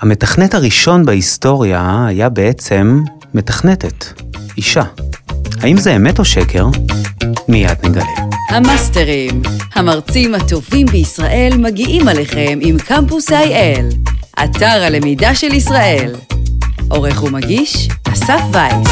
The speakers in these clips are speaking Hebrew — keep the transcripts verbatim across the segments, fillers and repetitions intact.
המתכנת הראשון בהיסטוריה היה בעצם מתכנתת, אישה. האם זה אמת או שקר? מיד נגלה. המאסטרים, המרצים הטובים בישראל מגיעים עליכם עם קמפוס איי אל, אתר הלמידה של ישראל. עורך ומגיש, אסף וייס.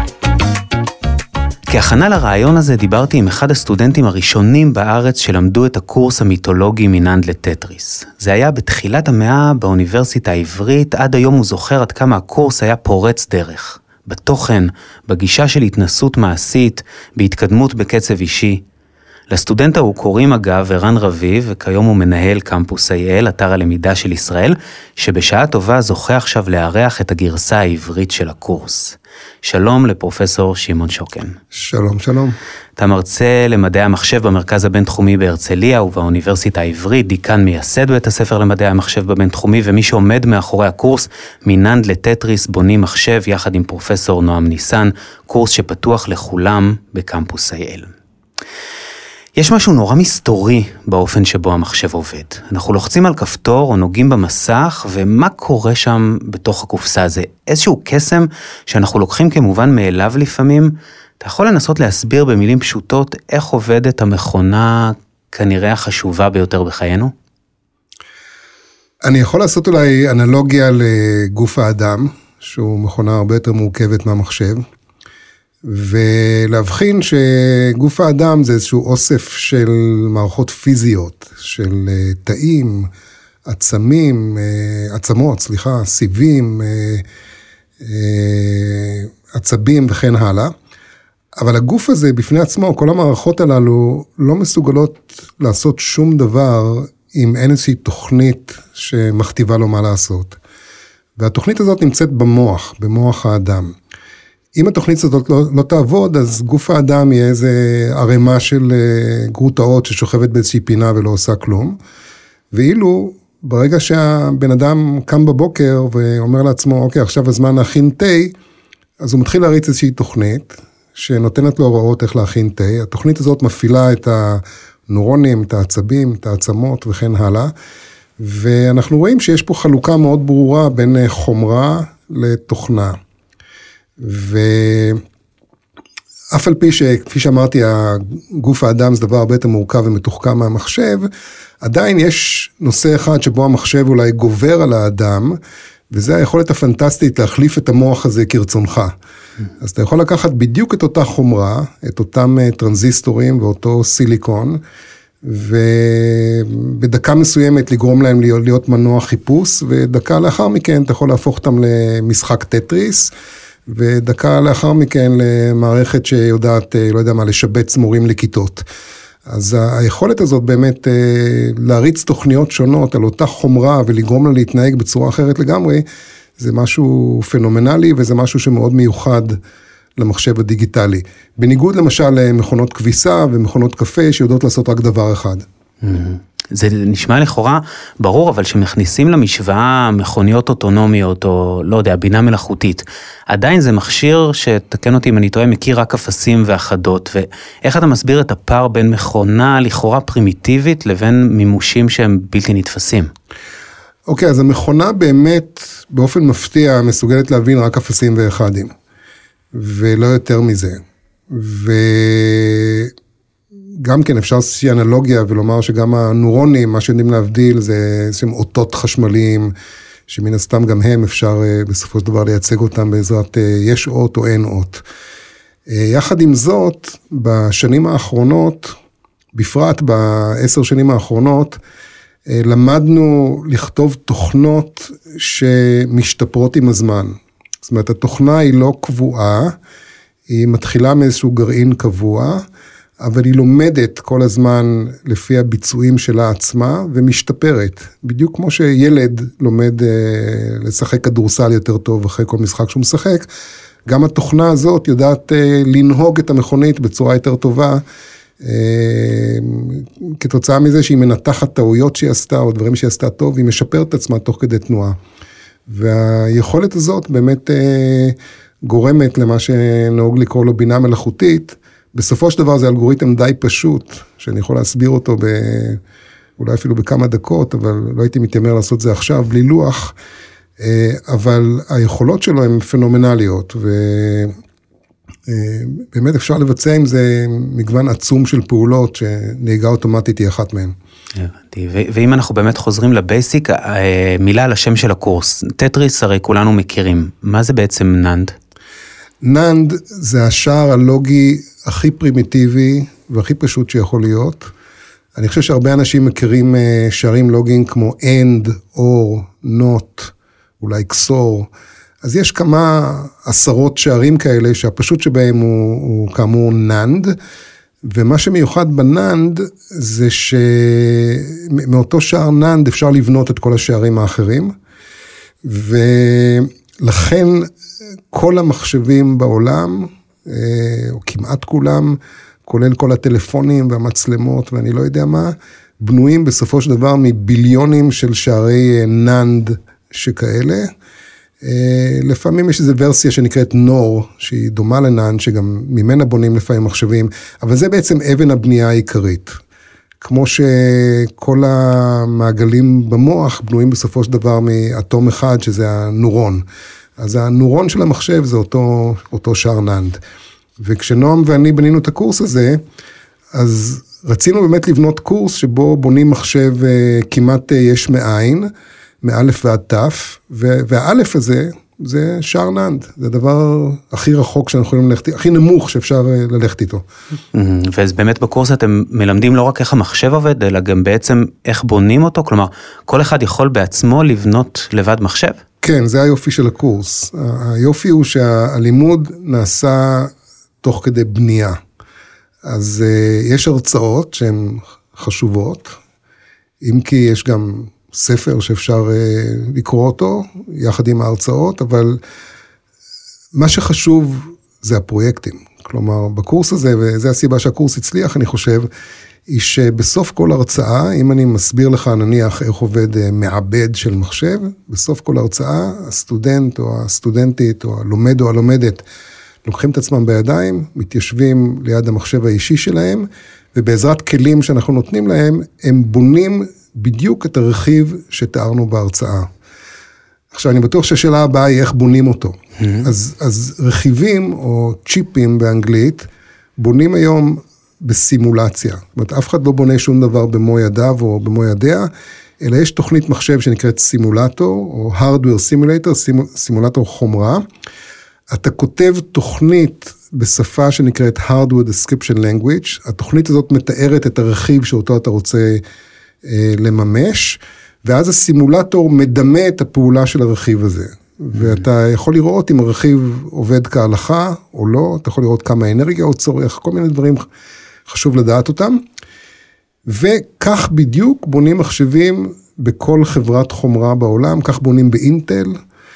כהכנה לרעיון הזה דיברתי עם אחד הסטודנטים הראשונים בארץ שלמדו את הקורס המיתולוגי מננד לטטריס. זה היה בתחילת המאה באוניברסיטה העברית, עד היום הוא זוכר עד כמה הקורס היה פורץ דרך. בתוכן, בגישה של התנסות מעשית, בהתקדמות בקצב אישי. לסטודנט ההוא קוראים אגב ערן רביב, וכיום הוא מנהל קמפוס איי אל, אתר הלמידה של ישראל, שבשעה טובה זוכה עכשיו לארח את הגרסה העברית של הקורס. שלום לפרופסור שמעון שוקן. שלום, שלום. אתה מרצה למדעי המחשב במרכז הבינתחומי בהרצליה ובאוניברסיטה העברית, דיקן מייסד בית הספר למדעי המחשב בבינתחומי, ומי שעומד מאחורי הקורס, מננד לטטריס בונים מחשב יחד עם פרופסור נועם ניסן, קורס שפתוח לכולם בקמפוס איי אל. יש משהו נורא מסתורי באופן שבו המחשב עובד. אנחנו לוחצים על כפתור או נוגעים במסך, ומה קורה שם בתוך הקופסה הזה? איזשהו קסם שאנחנו לוקחים כמובן מאליו לפעמים. אתה יכול לנסות להסביר במילים פשוטות איך עובדת המכונה כנראה החשובה ביותר בחיינו? אני יכול לעשות אולי אנלוגיה לגוף האדם, שהוא מכונה הרבה יותר מורכבת מהמחשב. ולהבחין שגוף האדם זה איזשהו אוסף של מערכות פיזיות, של תאים, עצמים, עצמות, סליחה, סיבים, עצבים וכן הלאה. אבל הגוף הזה בפני עצמו, כל המערכות הללו לא מסוגלות לעשות שום דבר אם אין איזושהי תוכנית שמכתיבה לו מה לעשות. והתוכנית הזאת נמצאת במוח, במוח האדם. אם התוכנית הזאת לא, לא תעבוד, אז גוף האדם יהיה איזה ערימה של גרוטאות ששוכבת באיזושהי פינה ולא עושה כלום. ואילו ברגע שהבן אדם קם בבוקר ואומר לעצמו, אוקיי, עכשיו הזמן להכין תה, אז הוא מתחיל להריץ איזושהי תוכנית שנותנת לו הוראות איך להכין תה. התוכנית הזאת מפעילה את הנוירונים, את העצבים, את העצמות וכן הלאה. ואנחנו רואים שיש פה חלוקה מאוד ברורה בין חומרה לתוכנה. ואף על פי שכפי שאמרתי, הגוף האדם זה דבר הרבה יותר מורכב ומתוחכם מהמחשב, עדיין יש נושא אחד שבו המחשב אולי גובר על האדם, וזה היכולת הפנטסטית להחליף את המוח הזה כרצונך. אז אתה יכול לקחת בדיוק את אותה חומרה, את אותם טרנזיסטורים ואותו סיליקון, ובדקה מסוימת לגרום להם להיות, להיות מנוע חיפוש, ודקה לאחר מכן אתה יכול להפוך אותם למשחק טטריס, ודקה לאחר מכן למערכת שיודעת, לא יודע מה, לשבץ מורים לכיתות. אז היכולת הזאת באמת להריץ תוכניות שונות על אותה חומרה ולגרום לה להתנהג בצורה אחרת לגמרי, זה משהו פנומנלי וזה משהו שמאוד מיוחד למחשב הדיגיטלי. בניגוד למשל למכונות כביסה ומכונות קפה שיודעות לעשות רק דבר אחד. זה נשמע לכאורה ברור, אבל שמכניסים למשוואה מכוניות אוטונומיות, או לא יודע, בינה מלאכותית, עדיין זה מכשיר שתקן אותי אם אני טועה, מכיר רק אפסים ואחדות, ואיך אתה מסביר את הפער בין מכונה לכאורה פרימיטיבית, לבין מימושים שהם בלתי נתפסים? אוקיי, אז המכונה באמת, באופן מפתיע, מסוגלת להבין רק אפסים ואחדים, ולא יותר מזה. ו... גם כן אפשר לעשות אנלוגיה ולומר שגם הנוירונים, מה שיודעים להבדיל זה שהם אותות חשמליים, שמן הסתם גם הם אפשר בסופו של דבר לייצג אותם בעזרת יש אות או אין אות. יחד עם זאת, בשנים האחרונות, בפרט בעשר שנים האחרונות, למדנו לכתוב תוכנות שמשתפרות עם הזמן. זאת אומרת, התוכנה היא לא קבועה, היא מתחילה מאיזשהו גרעין קבוע, אבל היא לומדת כל הזמן לפי הביצועים שלה עצמה, ומשתפרת. בדיוק כמו שילד לומד אה, לשחק כדורסל יותר טוב אחרי כל משחק שהוא משחק, גם התוכנה הזאת יודעת אה, לנהוג את המכונית בצורה יותר טובה, אה, כתוצאה מזה שהיא מנתחת טעויות שהיא עשתה, או דברים שהיא עשתה טוב, היא משפרת את עצמה תוך כדי תנועה. והיכולת הזאת באמת אה, גורמת למה שנהוג לקרוא לו בינה מלאכותית, בסופו של דבר זה אלגוריתם די פשוט, שאני יכול להסביר אותו ב... אולי אפילו בכמה דקות, אבל לא הייתי מתיימר לעשות זה עכשיו, בלי לוח, אבל היכולות שלו הן פנומנליות, ובאמת אפשר לבצע עם זה מגוון עצום של פעולות, שנהיגה אוטומטית היא אחת מהן. הבנתי, ואם אנחנו באמת חוזרים לבייסיק, מילה על השם של הקורס, טטריס הרי כולנו מכירים, מה זה בעצם נאנד? נאנד זה השער הלוגי הכי פרימיטיבי והכי פשוט שיכול להיות. אני חושב שהרבה אנשים מכירים שערים לוגיים כמו end, or, not, אולי קסור. אז יש כמה עשרות שערים כאלה שהפשוט שבהם הוא, הוא כאמור נאנד, ומה שמיוחד בנאנד זה שמאותו שער נאנד אפשר לבנות את כל השערים האחרים, ולכן כל המחשבים בעולם, או כמעט כולם, כולל כל הטלפונים והמצלמות ואני לא יודע מה, בנויים בסופו של דבר מביליונים של שערי נאנד שכאלה. לפעמים יש איזו ורסיה שנקראת נור, שהיא דומה לנאנד, שגם ממנה בונים לפעמים מחשבים, אבל זה בעצם אבן הבנייה העיקרית. כמו שכל המעגלים במוח בנויים בסופו של דבר מאטום אחד, שזה הנורון. אז הנורון של המחשב זה אותו, אותו שער נאנד. וכשנועם ואני בנינו את הקורס הזה, אז רצינו באמת לבנות קורס שבו בונים מחשב כמעט יש מאין, מאלף ועד תף, והאלף הזה זה שער נאנד, זה הדבר הכי רחוק שאנחנו יכולים ללכת, הכי נמוך שאפשר ללכת איתו. ואז באמת בקורס אתם מלמדים לא רק איך המחשב עובד, אלא גם בעצם איך בונים אותו, כלומר, כל אחד יכול בעצמו לבנות לבד מחשב? כן, זה היופי של הקורס. היופי הוא שהלימוד נעשה תוך כדי בנייה. אז יש הרצאות שהן חשובות, אם כי יש גם ספר שאפשר לקרוא אותו, יחד עם ההרצאות, אבל מה שחשוב זה הפרויקטים. כלומר, בקורס הזה, וזו הסיבה שהקורס הצליח, אני חושב, היא שבסוף כל הרצאה, אם אני מסביר לך נניח איך עובד מעבד של מחשב, בסוף כל הרצאה, הסטודנט או הסטודנטית או הלומד או הלומדת, לוקחים את עצמם בידיים, מתיישבים ליד המחשב האישי שלהם, ובעזרת כלים שאנחנו נותנים להם, הם בונים בדיוק את הרכיב שתיארנו בהרצאה. עכשיו, אני בטוח שהשאלה הבאה היא איך בונים אותו. Mm-hmm. אז, אז רכיבים או צ'יפים באנגלית, בונים היום בסימולציה. זאת אומרת, אף אחד לא בונה שום דבר במו ידיו או במו ידיה, אלא יש תוכנית מחשב שנקראת סימולטור, או hardware simulator, סימולטור חומרה. אתה כותב תוכנית בשפה שנקראת hardware description language, התוכנית הזאת מתארת את הרכיב שאותו אתה רוצה לממש, ואז הסימולטור מדמה את הפעולה של הרכיב הזה. ואתה יכול לראות אם הרכיב עובד כהלכה או לא, אתה יכול לראות כמה אנרגיה הוא צורך, כל מיני דברים חשוב לדעת אותם. וכך בדיוק בונים מחשבים בכל חברת חומרה בעולם, כך בונים באינטל,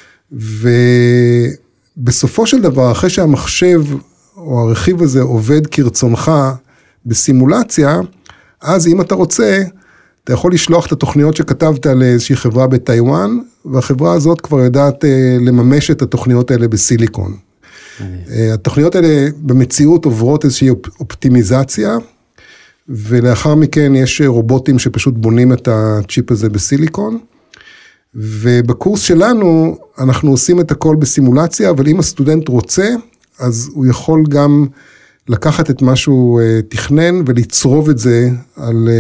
ובסופו של דבר, אחרי שהמחשב או הרכיב הזה עובד כרצונך בסימולציה, אז אם אתה רוצה, אתה יכול לשלוח את התוכניות שכתבת לאיזושהי חברה בטיואן, והחברה הזאת כבר יודעת לממש את התוכניות האלה בסיליקון. התוכניות האלה במציאות עוברות איזושהי אופטימיזציה, ולאחר מכן יש רובוטים שפשוט בונים את הצ'יפ הזה בסיליקון, ובקורס שלנו אנחנו עושים את הכל בסימולציה, אבל אם הסטודנט רוצה, אז הוא יכול גם לקחת את מה שהוא תכנן, ולצרוב את זה על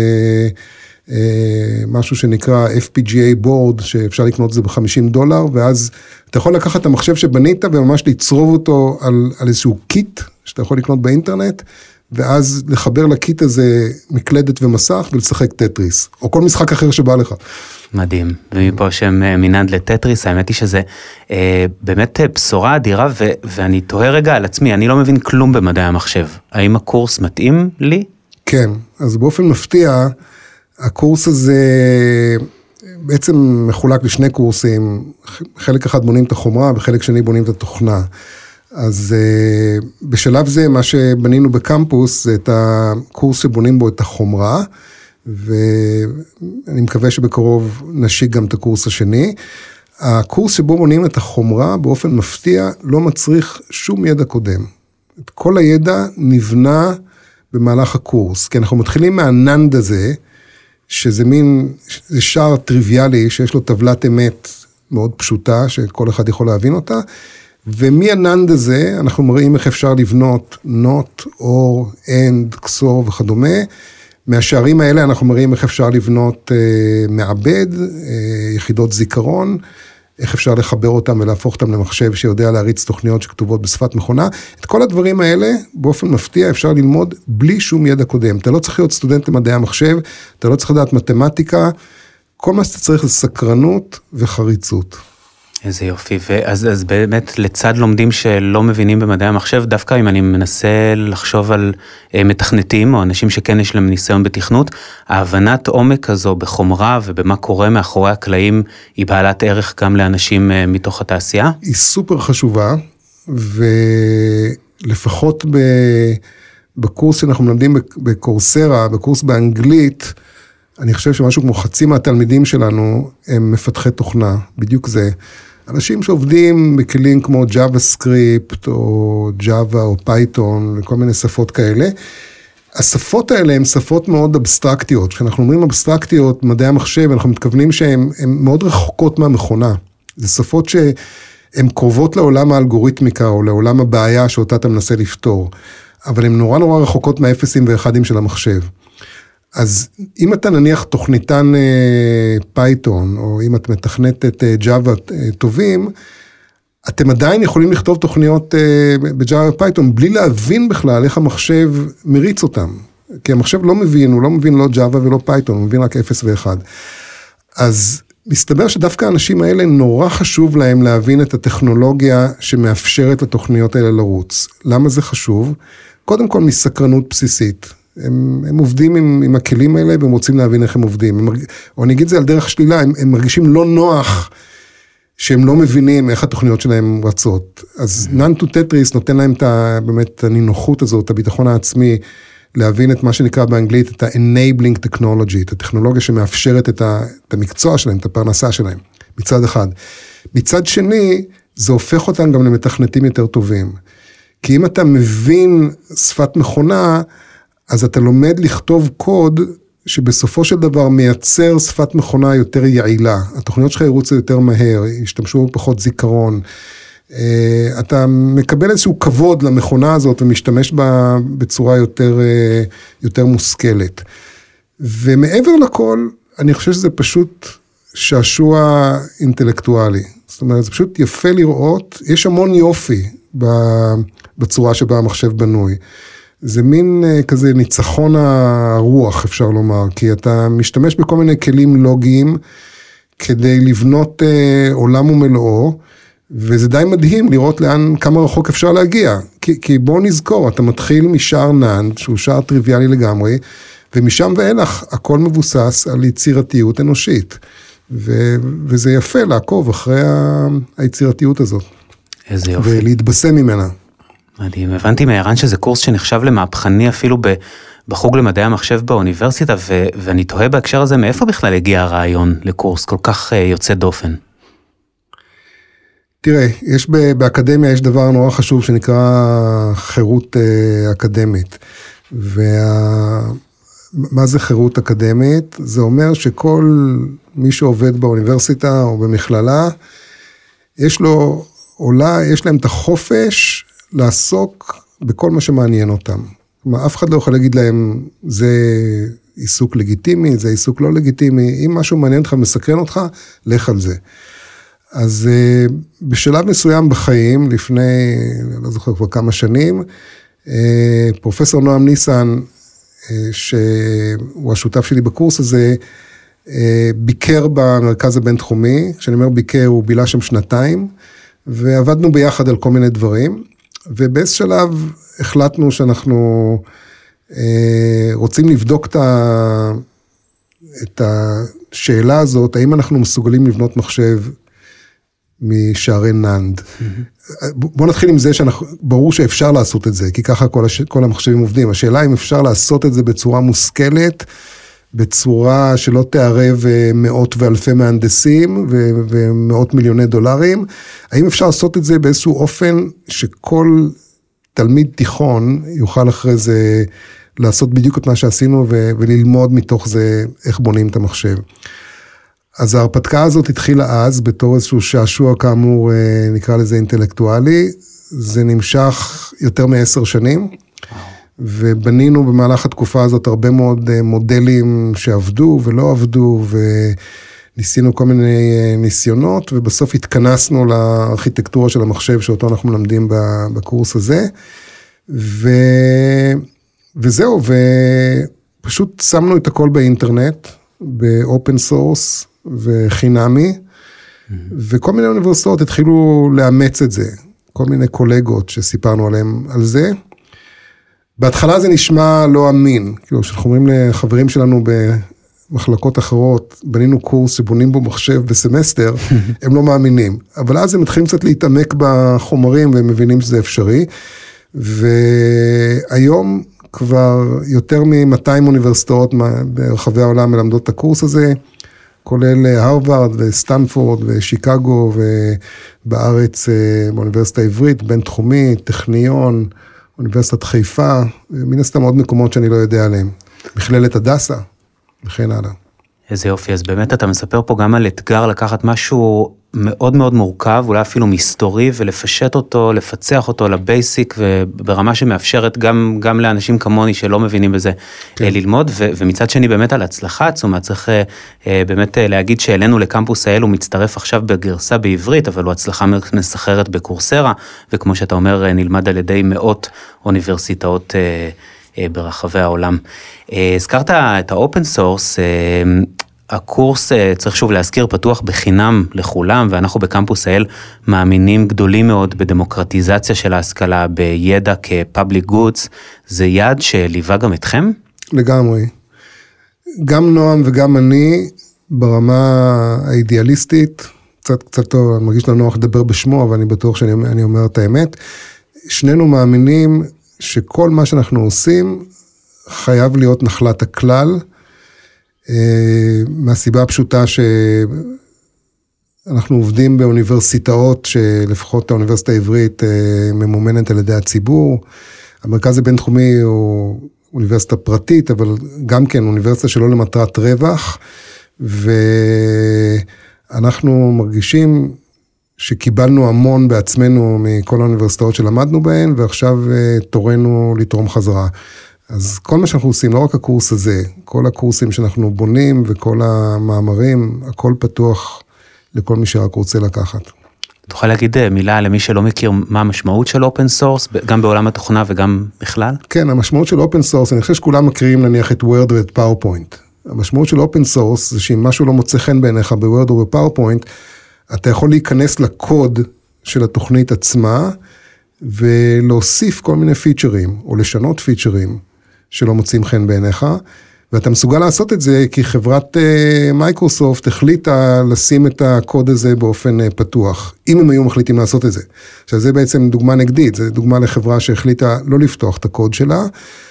משהו שנקרא אף פי ג'י איי board, שאפשר לקנות את זה ב-חמישים דולר, ואז אתה יכול לקחת את המחשב שבנית, וממש לצרוב אותו על, על איזשהו קיט, שאתה יכול לקנות באינטרנט, ואז לחבר לקיט הזה מקלדת ומסך, ולשחק טטריס, או כל משחק אחר שבא לך. מדהים, ומפה שם מנאנד לטטריס, האמת היא שזה אה, באמת בשורה אדירה, ו- ואני תוהה רגע על עצמי, אני לא מבין כלום במדעי המחשב. האם הקורס מתאים לי? כן, אז באופן מפתיע, הקורס הזה בעצם מחולק לשני קורסים, חלק אחד בונים את החומרה, וחלק שני בונים את התוכנה. אז uh, בשלב זה, מה שבנינו בקמפוס, זה את הקורס שבונים בו את החומרה, ואני מקווה שבקרוב נשיק גם את הקורס השני. הקורס שבו בונים את החומרה, באופן מפתיע, לא מצריך שום ידע קודם. את כל הידע נבנה במהלך הקורס, כי אנחנו מתחילים מהנאנד הזה, שזה מין, זה שער טריוויאלי, שיש לו טבלת אמת מאוד פשוטה, שכל אחד יכול להבין אותה, ומהננד הזה אנחנו מראים איך אפשר לבנות not, or, and, כסור וכדומה, מהשערים האלה אנחנו מראים איך אפשר לבנות אה, מעבד, אה, יחידות זיכרון, איך אפשר לחבר אותם ולהפוך אותם למחשב שיודע להריץ תוכניות שכתובות בשפת מכונה. את כל הדברים האלה, באופן מפתיע, אפשר ללמוד בלי שום ידע קודם. אתה לא צריך להיות סטודנט למדעי המחשב, אתה לא צריך לדעת מתמטיקה, כל מה שאתה צריך זה סקרנות וחריצות. איזה יופי, ואז אז באמת לצד לומדים שלא מבינים במדעי המחשב, דווקא אם אני מנסה לחשוב על מתכנתים, או אנשים שכן יש להם ניסיון בתכנות, ההבנת עומק הזו בחומרה ובמה קורה מאחורי הקלעים, היא בעלת ערך גם לאנשים מתוך התעשייה? היא סופר חשובה, ולפחות בקורס שאנחנו מלמדים בקורסרה, בקורס באנגלית, אני חושב שמשהו כמו חצי מהתלמידים שלנו הם מפתחי תוכנה, בדיוק זה. אנשים שעובדים בכלים כמו JavaScript או Java או Python וכל מיני שפות כאלה. השפות האלה הן שפות מאוד אבסטרקטיות. כשאנחנו אומרים אבסטרקטיות, מדעי המחשב, אנחנו מתכוונים שהן מאוד רחוקות מהמכונה. זה שפות שהן קרובות לעולם האלגוריתמיקה או לעולם הבעיה שאותה אתה מנסה לפתור. אבל הן נורא נורא רחוקות מהאפסים ואחדים של המחשב. אז אם אתה נניח תוכניתן פייתון, או אם את מתכנתת ג'אווה טובים, אתם עדיין יכולים לכתוב תוכניות בג'אווה פייתון, בלי להבין בכלל איך המחשב מריץ אותם. כי המחשב לא מבין, הוא לא מבין לא ג'אווה ולא פייתון, הוא מבין רק אפס ואחד. אז מסתבר שדווקא האנשים האלה נורא חשוב להם להבין את הטכנולוגיה שמאפשרת לתוכניות האלה לרוץ. למה זה חשוב? קודם כל מסקרנות בסיסית. הם, הם עובדים עם, עם הכלים האלה, והם רוצים להבין איך הם עובדים. הם, או אני אגיד זה על דרך שלילה, הם, הם מרגישים לא נוח, שהם לא מבינים איך התוכניות שלהם רצות. אז נאן טו טטריס נותן להם את, באמת, הנינוחות הזאת, את הביטחון העצמי, להבין את מה שנקרא באנגלית, את ה-enabling technology, את הטכנולוגיה שמאפשרת את, ה, את המקצוע שלהם, את הפרנסה שלהם, מצד אחד. מצד שני, זה הופך אותם גם למתכנתים יותר טובים. כי אם אתה מבין שפת מכונה, אז אתה לומד לכתוב קוד שבסופו של דבר מייצר שפת מכונה יותר יעילה. התוכניות שלך ירוצו יותר מהר, ישתמשו פחות זיכרון. אתה מקבל איזשהו כבוד למכונה הזאת ומשתמש בה בצורה יותר, יותר מושכלת. ומעבר לכל, אני חושב שזה פשוט שעשוע אינטלקטואלי. זאת אומרת, זה פשוט יפה לראות, יש המון יופי בצורה שבה המחשב בנוי. זה מין כזה ניצחון הרוח, אפשר לומר, כי אתה משתמש בכל מיני כלים לוגיים, כדי לבנות עולם ומלואו, וזה די מדהים לראות לאן, כמה רחוק אפשר להגיע. כי, כי בוא נזכור, אתה מתחיל משער נאנד, שהוא שער טריוויאלי לגמרי, ומשם ואילך הכל מבוסס על יצירתיות אנושית. ו, וזה יפה לעקוב אחרי היצירתיות הזאת. איזה יופי. ולהתבשם ממנה. מדהים, הבנתי מהערן שזה קורס שנחשב למהפכני אפילו בחוג למדעי המחשב באוניברסיטה, ו- ואני תוהה בהקשר הזה, מאיפה בכלל הגיע הרעיון לקורס כל כך יוצא דופן? תראה, יש באקדמיה יש דבר נורא חשוב שנקרא חירות אקדמית, ומה זה חירות אקדמית? זה אומר שכל מי שעובד באוניברסיטה או במכללה, יש לו, עולה, יש להם את החופש לעסוק בכל מה שמעניין אותם. כלומר, אף אחד לא יכול להגיד להם, זה עיסוק לגיטימי, זה עיסוק לא לגיטימי, אם משהו מעניין אותך, מסקרן אותך, לך על זה. אז בשלב מסוים בחיים, לפני, לא זוכר כבר כמה שנים, פרופסור נועם ניסן, שהוא השותף שלי בקורס הזה, ביקר במרכז הבינתחומי, כשאני אומר ביקר, הוא בילה שם שנתיים, ועבדנו ביחד על כל מיני דברים, ובאיזה שלב החלטנו שאנחנו רוצים לבדוק את ה... את השאלה הזאת, האם אנחנו מסוגלים לבנות מחשב משערי נאנד. בוא נתחיל עם זה שברור שאפשר לעשות את זה, כי ככה כל, הש... כל המחשבים עובדים. השאלה אם אפשר לעשות את זה בצורה מושכלת, בצורה שלא תערב מאות ואלפי מהנדסים ו... ומאות מיליוני דולרים. האם אפשר לעשות את זה באיזשהו אופן שכל תלמיד תיכון יוכל אחרי זה לעשות בדיוק את מה שעשינו ו... וללמוד מתוך זה איך בונים את המחשב. אז ההרפתקה הזאת התחילה אז, בתור איזשהו שעשוע כאמור, נקרא לזה אינטלקטואלי, זה נמשך יותר מעשר שנים, ובנינו במהלך התקופה הזאת הרבה מאוד מודלים שעבדו ולא עבדו, וניסינו כל מיני ניסיונות, ובסוף התכנסנו לארכיטקטורה של המחשב, שאותו אנחנו מלמדים בקורס הזה, ו... וזהו, ופשוט שמנו את הכל באינטרנט, באופן סורס וחינמי, mm-hmm. וכל מיני אוניברסיטאות התחילו לאמץ את זה, כל מיני קולגות שסיפרנו עליהם על זה. בהתחלה זה נשמע לא אמין, כאילו שאנחנו אומרים לחברים שלנו במחלקות אחרות, בנינו קורס שבונים בו מחשב בסמסטר, הם לא מאמינים, אבל אז הם מתחילים קצת להתעמק בחומרים, והם מבינים שזה אפשרי, והיום כבר יותר מ-מאתיים אוניברסיטאות ברחבי העולם מלמדות את הקורס הזה, כולל הרווארד וסטנפורד ושיקגו, ובארץ באוניברסיטה העברית, בינתחומי, טכניון, אוניברסיטת חיפה, מן הסתם עוד מקומות שאני לא יודע עליהם, מכללת הדסה, וכן הלאה. איזה יופי, אז באמת אתה מספר פה גם על אתגר לקחת משהו מאוד מאוד מורכב, אולי אפילו מסתורי, ולפשט אותו, לפצח אותו לבייסיק, וברמה שמאפשרת גם, גם לאנשים כמוני שלא מבינים בזה כן. ללמוד, ו, ומצד שני באמת על הצלחה עצומה, צריך באמת להגיד שאלינו לקמפוס האל, הוא מצטרף עכשיו בגרסה בעברית, אבל הוא הצלחה מסחררת בקורסרה, וכמו שאתה אומר, נלמד על ידי מאות אוניברסיטאות ברחבי העולם. הזכרת את האופן סורס, הקורס, צריך שוב להזכיר, פתוח בחינם לכולם, ואנחנו בקמפוס האל מאמינים גדולים מאוד בדמוקרטיזציה של ההשכלה, בידע כ-public goods, זה יעד שליווה גם אתכם? לגמרי. גם נועם וגם אני, ברמה האידיאליסטית, קצת, קצת טוב, אני מרגיש לנו נוח לדבר בשמו, אבל אני בטוח שאני אומר את האמת, שנינו מאמינים שכל מה שאנחנו עושים, חייב להיות נחלת הכלל, מהסיבה הפשוטה שאנחנו עובדים באוניברסיטאות, שלפחות האוניברסיטה העברית ממומנת על ידי הציבור, המרכז הבינתחומי הוא אוניברסיטה פרטית, אבל גם כן אוניברסיטה שלא למטרת רווח, ואנחנו מרגישים שקיבלנו המון בעצמנו מכל האוניברסיטאות שלמדנו בהן, ועכשיו תורנו לתרום חזרה. אז כל מה שאנחנו עושים, לא רק הקורס הזה, כל הקורסים שאנחנו בונים וכל המאמרים, הכל פתוח לכל מי שרק רוצה לקחת. תוכל להגיד מילה למי שלא מכיר מה המשמעות של אופן סורס, גם בעולם התוכנה וגם בכלל? כן, המשמעות של אופן סורס, אני חושב שכולם מכירים נניח את וורד ואת פאורפוינט. המשמעות של אופן סורס זה שאם משהו לא מוצא חן בעיניך בוורד או בפאורפוינט, אתה יכול להיכנס לקוד של התוכנית עצמה, ולהוסיף כל מיני פיצ'רים, או לשנות פיצ'רים, שלא מוצאים חן בעיניך, ואתה מסוגל לעשות את זה, כי חברת מייקרוסופט החליטה לשים את הקוד הזה באופן פתוח, אם הם היו מחליטים לעשות את זה. עכשיו זה בעצם דוגמה נגדית, זה דוגמה לחברה שהחליטה לא לפתוח את הקוד שלה,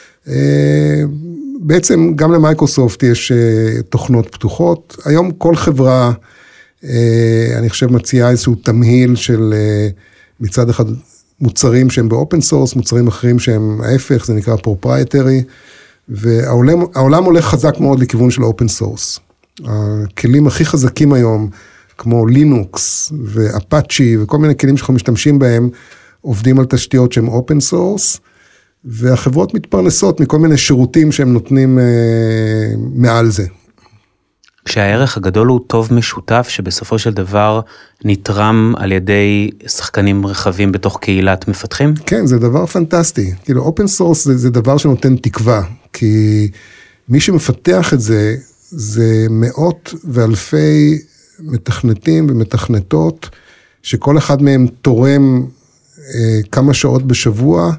בעצם גם למייקרוסופט יש תוכנות פתוחות, היום כל חברה, אני חושב מציעה איזשהו תמהיל של מצד אחד מוצרים שהם באופן סורס, מוצרים אחרים שהם ההפך, זה נקרא פרופרייטרי, והעולם העולם הולך חזק מאוד לכיוון של אופן סורס. הכלים הכי חזקים היום, כמו לינוקס ואפאצ'י וכל מיני כלים שאנחנו משתמשים בהם, עובדים על תשתיות שהם אופן סורס, והחברות מתפרנסות מכל מיני שירותים שהם נותנים אה, מעל זה. כשהערך הגדול הוא טוב משותף, שבסופו של דבר נתרם על ידי שחקנים רחבים בתוך קהילת מפתחים? כן, זה דבר פנטסטי. כאילו, אופן סורס זה, זה דבר שנותן תקווה, כי מי שמפתח את זה, זה מאות ואלפי מתכנתים ומתכנתות, שכל אחד מהם תורם אה, כמה שעות בשבוע,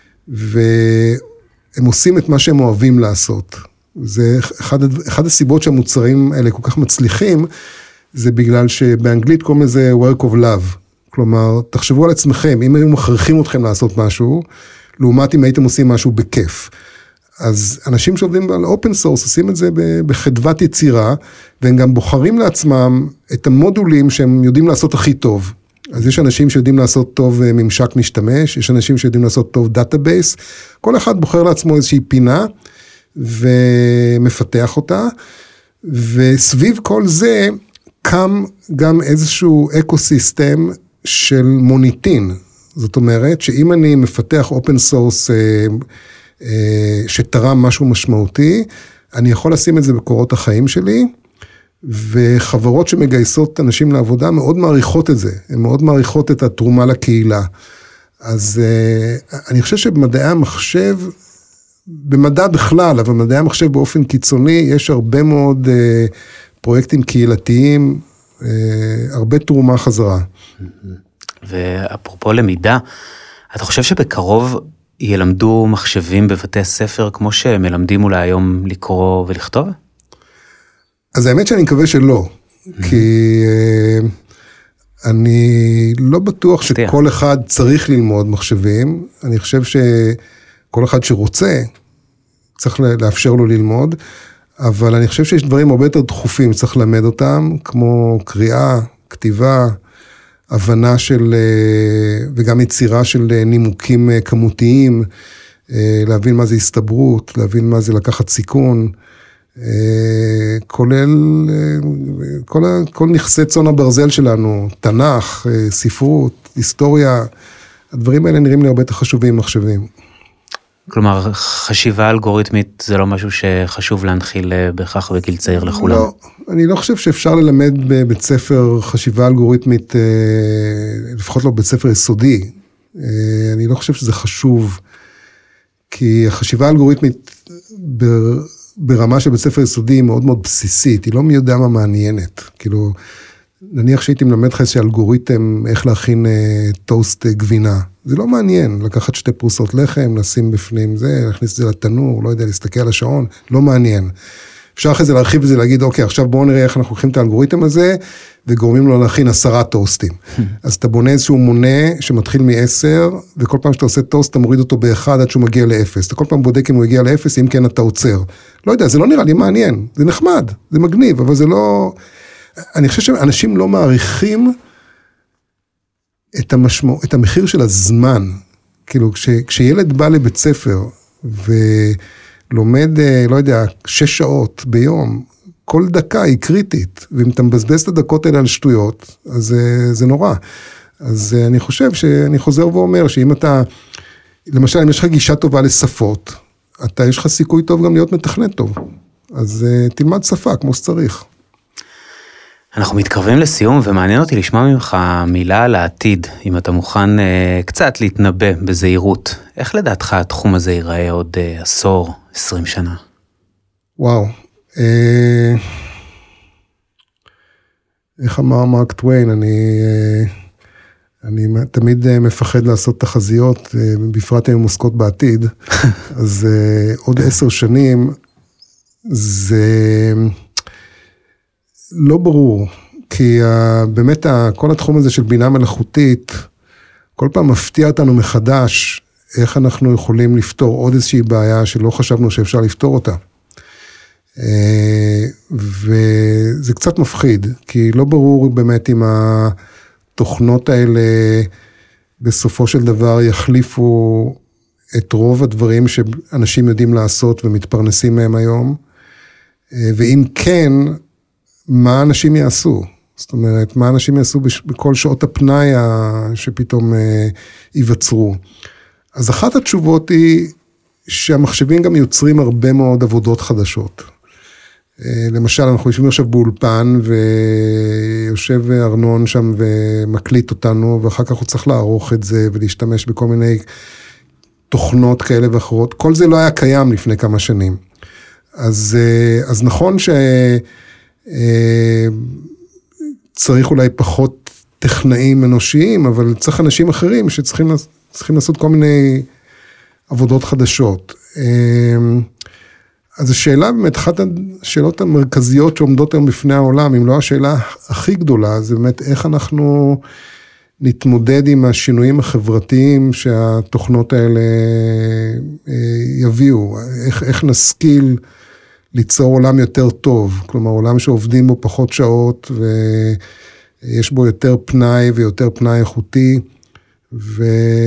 והם עושים את מה שהם אוהבים לעשות. זה אחד, אחד הסיבות שהמוצרים האלה כל כך מצליחים, זה בגלל שבאנגלית קוראים לזה work of love. כלומר, תחשבו על עצמכם, אם היו מכריחים אתכם לעשות משהו, לעומת אם הייתם עושים משהו בכיף. אז אנשים שעובדים על אופן סורס עושים את זה בחדוות יצירה, והם גם בוחרים לעצמם את המודולים שהם יודעים לעשות הכי טוב. אז יש אנשים שיודעים לעשות טוב ממשק משתמש, יש אנשים שיודעים לעשות טוב דאטאבייס, כל אחד בוחר לעצמו איזושהי פינה, ומפתח אותה, וסביב כל זה קם גם איזשהו אקוסיסטם של מוניטין, זאת אומרת שאם אני מפתח אופן סורס שתרם משהו משמעותי, אני יכול לשים את זה בקורות החיים שלי, וחברות שמגייסות אנשים לעבודה מאוד מעריכות את זה, הן מאוד מעריכות את התרומה לקהילה. אז אני חושב שבמדעי המחשב, במדע בכלל, אבל במדעי המחשב באופן קיצוני, יש הרבה מאוד פרויקטים קהילתיים, הרבה תרומה חזרה. ואפרופו למידה, אתה חושב שבקרוב ילמדו מחשבים בבתי הספר, כמו שמלמדים אולי היום לקרוא ולכתוב? אז האמת שאני מקווה שלא, כי אני לא בטוח שכל אחד צריך ללמוד מחשבים, אני חושב שכל אחד שרוצה, צריך לאפשר לו ללמוד, אבל אני חושב שיש דברים הרבה יותר דחופים, צריך ללמד אותם, כמו קריאה, כתיבה, הבנה של, וגם יצירה של נימוקים כמותיים, להבין מה זה הסתברות, להבין מה זה לקחת סיכון, כולל כל, כל נכסי צאן הברזל שלנו, תנ"ך, ספרות, היסטוריה, הדברים האלה נראים לי הרבה יותר חשובים מחשבים. כלומר, חשיבה אלגוריתמית זה לא משהו שחשוב להנחיל בכך בגיל צעיר לכולם? לא, אני לא חושב שאפשר ללמד בבית ספר חשיבה אלגוריתמית, לפחות לא בבית ספר יסודי. אני לא חושב שזה חשוב, כי החשיבה האלגוריתמית ברמה של בית ספר יסודי היא מאוד מאוד בסיסית, היא לא מי יודע מה מעניינת. כאילו, נניח שהייתי מלמד לך איזושהי אלגוריתם, איך להכין טוסט גבינה. זה לא מעניין, לקחת שתי פרוסות לחם, לשים בפנים זה, להכניס את זה לתנור, לא יודע, להסתכל על השעון, לא מעניין. אפשר אחרי זה להרחיב את זה, להגיד, אוקיי, עכשיו בואו נראה איך אנחנו לוקחים את האלגוריתם הזה, וגורמים לו להכין עשרה טוסטים. אז אתה בונה איזשהו מונה שמתחיל מ-עשר, וכל פעם שאתה עושה טוסט, אתה מוריד אותו באחד עד שהוא מגיע ל-אפס. אתה כל פעם בודק אם הוא הגיע ל-אפס, אם כן אתה עוצר. לא יודע, זה לא נראה לי מעניין, זה נחמד, זה מגניב, אבל זה לא... אני חושב שאנשים לא מעריכים את המשמע, את המחיר של הזמן. כאילו, כש, כשילד בא לבית ספר ולומד, לא יודע, שש שעות ביום, כל דקה היא קריטית, ואם אתה מבזבז את הדקות האלה על שטויות, אז זה, זה נורא. אז אני חושב שאני חוזר ואומר, שאם אתה, למשל, אם יש לך גישה טובה לשפות, אתה, יש לך סיכוי טוב גם להיות מתכנת טוב. אז תלמד שפה כמו שצריך. אנחנו מתקרבים לסיום, ומעניין אותי לשמוע ממך מילה על העתיד, אם אתה מוכן אה, קצת להתנבא בזהירות. איך לדעתך התחום הזה ייראה עוד אה, עשור, עשרים שנה? וואו. אה, איך אמר מרק טוויין, אני, אה, אני תמיד אה, מפחד לעשות תחזיות, אה, בפרט אם עוסקות בעתיד, אז אה, עוד עשר שנים, זה... לא ברור, כי באמת כל התחום הזה של בינה מלאכותית, כל פעם מפתיע אותנו מחדש, איך אנחנו יכולים לפתור עוד איזושהי בעיה שלא חשבנו שאפשר לפתור אותה. וזה קצת מפחיד, כי לא ברור באמת אם התוכנות האלה בסופו של דבר יחליפו את רוב הדברים שאנשים יודעים לעשות ומתפרנסים מהם היום, ואם כן, מה אנשים יעשו? זאת אומרת, מה אנשים יעשו בכל שעות הפנאי שפתאום ייווצרו? אז אחת התשובות היא שהמחשבים גם יוצרים הרבה מאוד עבודות חדשות. למשל, אנחנו יושבים עכשיו באולפן, ויושב ארנון שם ומקליט אותנו, ואחר כך הוא צריך לערוך את זה, ולהשתמש בכל מיני תוכנות כאלה ואחרות. כל זה לא היה קיים לפני כמה שנים. אז, אז נכון ש... צריך אולי פחות טכנאים אנושיים, אבל צריך אנשים אחרים שצריכים צריכים לעשות כל מיני עבודות חדשות. אז השאלה באמת, אחת השאלות המרכזיות שעומדות היום בפני העולם, אם לא השאלה הכי גדולה, זה באמת איך אנחנו נתמודד עם השינויים החברתיים שהתוכנות האלה יביאו, איך, איך נשכיל ליצור עולם יותר טוב, כלומר עולם שעובדים בו פחות שעות, ויש בו יותר פנאי ויותר פנאי איכותי, ו...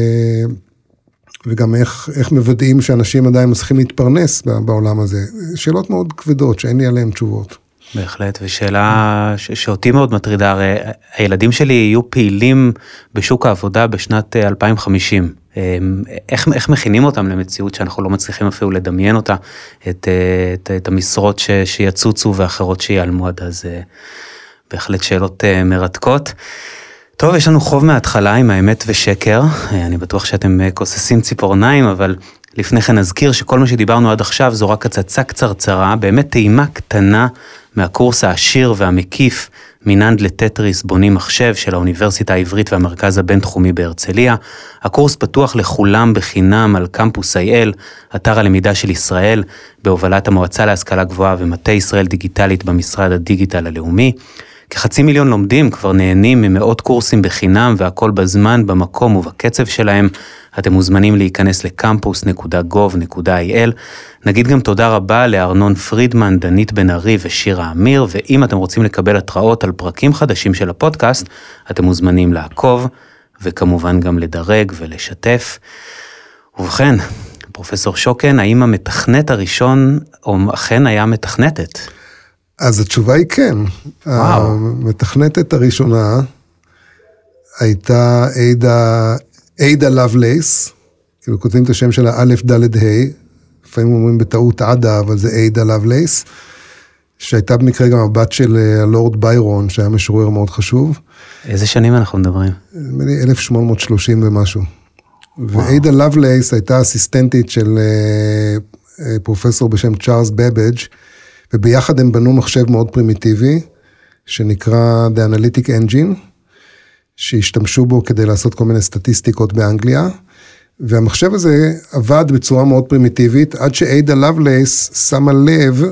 וגם איך, איך מוודאים שאנשים עדיין מצליחים להתפרנס בעולם הזה. שאלות מאוד כבדות שאין לי עליהן תשובות. בהחלט, ושאלה ש- שאותי מאוד מטרידה, הרי הילדים שלי יהיו פעילים בשוק העבודה בשנת אלפיים וחמישים. איך, איך מכינים אותם למציאות שאנחנו לא מצליחים אפילו לדמיין אותה, את, את, את המשרות ש, שיצוצו ואחרות שיעלמו עד אז, בהחלט שאלות מרתקות. טוב, יש לנו חוב מההתחלה עם האמת ושקר, אני בטוח שאתם כוססים ציפורניים, אבל לפני כן נזכיר שכל מה שדיברנו עד עכשיו זו רק הצצה קצרצרה, באמת טעימה קטנה מהקורס העשיר והמקיף מננד לטטריס בונים מחשב של האוניברסיטה העברית והמרכז הבינתחומי בהרצליה. הקורס פתוח לכולם בחינם על קמפוס איי אל, אתר הלמידה של ישראל, בהובלת המועצה להשכלה גבוהה ומטה ישראל דיגיטלית במשרד הדיגיטל הלאומי. כחצי מיליון לומדים כבר נהנים ממאות קורסים בחינם והכל בזמן, במקום ובקצב שלהם. אתם מוזמנים להיכנס לקמפוס נקודה גוב נקודה איי אל. נגיד גם תודה רבה לארנון פרידמן, דנית בן ארי ושירה אמיר, ואם אתם רוצים לקבל התראות על פרקים חדשים של הפודקאסט, אתם מוזמנים לעקוב, וכמובן גם לדרג ולשתף. ובכן, פרופסור שוקן, האם המתכנת הראשון או אכן היה מתכנתת? אז התשובה היא כן. וואו. המתכנתת הראשונה הייתה עדה, עדה לבלייס, כאילו כותבים את השם שלה א' ד' ה', לפעמים אומרים בטעות עדה, אבל זה עדה לבלייס, שהייתה במקרה גם הבת של הלורד ביירון, שהיה משורר מאוד חשוב. איזה שנים אנחנו מדברים? אלף שמונה מאות ושלושים ומשהו. ועדה לבלייס הייתה אסיסטנטית של פרופסור בשם צ'ארלס בבג', וביחד הם בנו מחשב מאוד פרימיטיבי, שנקרא The Analytic Engine, שהשתמשו בו כדי לעשות כל מיני סטטיסטיקות באנגליה, והמחשב הזה עבד בצורה מאוד פרימיטיבית, עד שעדה לבלייס שמה לב,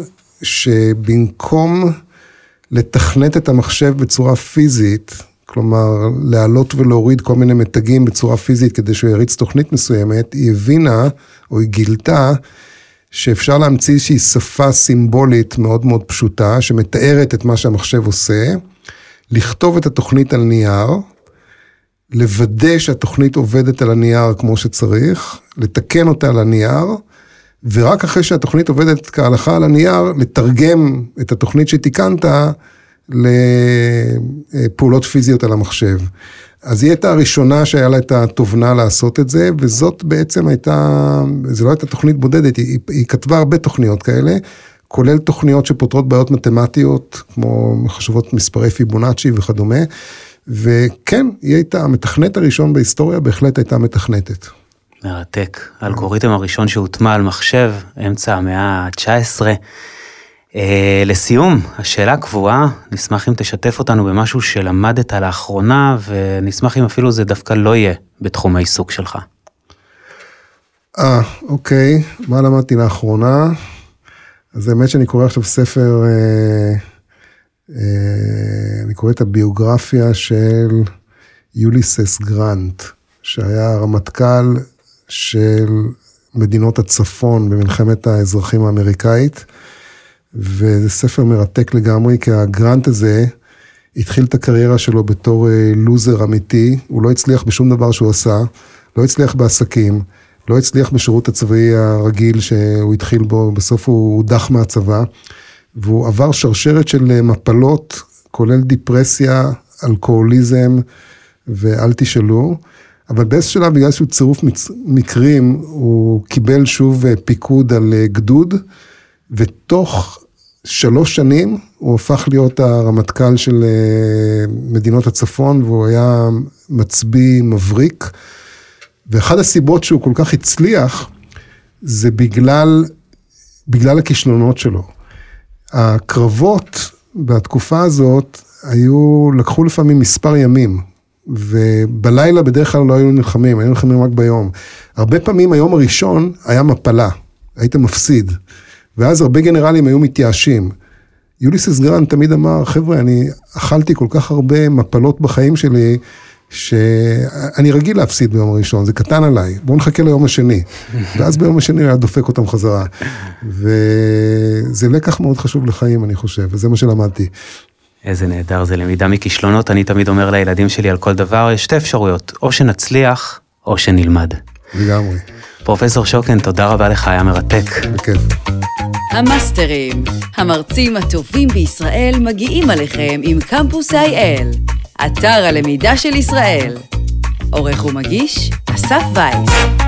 שבמקום לתכנת את המחשב בצורה פיזית, כלומר להעלות ולהוריד כל מיני מתגים בצורה פיזית, כדי שהוא יריץ תוכנית מסוימת, היא הבינה, או היא גילתה, שאפשר להמציא איזושהי שפה סימבולית מאוד מאוד פשוטה, שמתארת את מה שהמחשב עושה, לכתוב את התוכנית על נייר, לוודא שהתוכנית עובדת על הנייר כמו שצריך, לתקן אותה על הנייר, ורק אחרי שהתוכנית עובדת כהלכה על הנייר, לתרגם את התוכנית שתיקנת לפעולות פיזיות על המחשב. אז היא הייתה הראשונה שהיה לה את התובנה לעשות את זה, וזאת בעצם הייתה, זו לא הייתה תוכנית בודדת, היא, היא כתבה הרבה תוכניות כאלה, כולל תוכניות שפותרות בעיות מתמטיות, כמו מחשבות מספרי פיבונאצ'י וכדומה, וכן, היא הייתה, המתכנת הראשון בהיסטוריה בהחלט הייתה מתכנתת. מרתק. האלגוריתם הראשון שהוטמע על מחשב, אמצע המאה ה-תשע עשרה. אה, לסיום, השאלה קבועה, נשמח אם תשתף אותנו במשהו שלמדת לאחרונה, ונשמח אם אפילו זה דווקא לא יהיה בתחום העיסוק שלך. אה, אוקיי, מה למדתי לאחרונה? אז האמת שאני קורא עכשיו ספר, אה, אה, אני קורא את הביוגרפיה של יוליסס גרנט, שהיה הרמטכ"ל של מדינות הצפון במלחמת האזרחים האמריקאית, וזה ספר מרתק לגמרי, כי הגרנט הזה התחיל את הקריירה שלו בתור לוזר אמיתי, הוא לא הצליח בשום דבר שהוא עשה, לא הצליח בעסקים, לא הצליח בשירות הצבאי הרגיל שהוא התחיל בו, בסוף הוא הודח מהצבא, והוא עבר שרשרת של מפלות, כולל דיפרסיה, אלכוהוליזם, ואל תשאלו, אבל באיזשהו שלב, בגלל שהוא צירוף מקרים, הוא קיבל שוב פיקוד על גדוד, ותוך שלוש שנים, הוא הפך להיות הרמטכ"ל של מדינות הצפון, והוא היה מצביא מבריק, ואחד הסיבות שהוא כל כך הצליח, זה בגלל, בגלל הכישלונות שלו. הקרבות בתקופה הזאת, היו, לקחו לפעמים מספר ימים, ובלילה בדרך כלל לא היו נלחמים, היו נלחמים רק ביום. הרבה פעמים היום הראשון היה מפלה, היית מפסיד, ואז הרבה גנרלים היו מתייאשים. יוליסס גרנט תמיד אמר, חבר'ה, אני אכלתי כל כך הרבה מפלות בחיים שלי, שאני רגיל להפסיד ביום הראשון, זה קטן עליי, בואו נחכה ליום השני, ואז ביום השני היה דופק אותם חזרה, וזה לקח מאוד חשוב לחיים, אני חושב, וזה מה שלמדתי. איזה נהדר, זה למידה מכישלונות, אני תמיד אומר לילדים שלי על כל דבר, יש שתי אפשרויות, או שנצליח, או שנלמד. לגמרי. פרופסור שוקן, תודה רבה לך, היה מרתק. בכיף. המאסטרים, המרצים הטובים בישראל מגיעים עליכם עם קמפוס איי אל, אתר הלמידה של ישראל. עורך ומגיש, אסף וייס.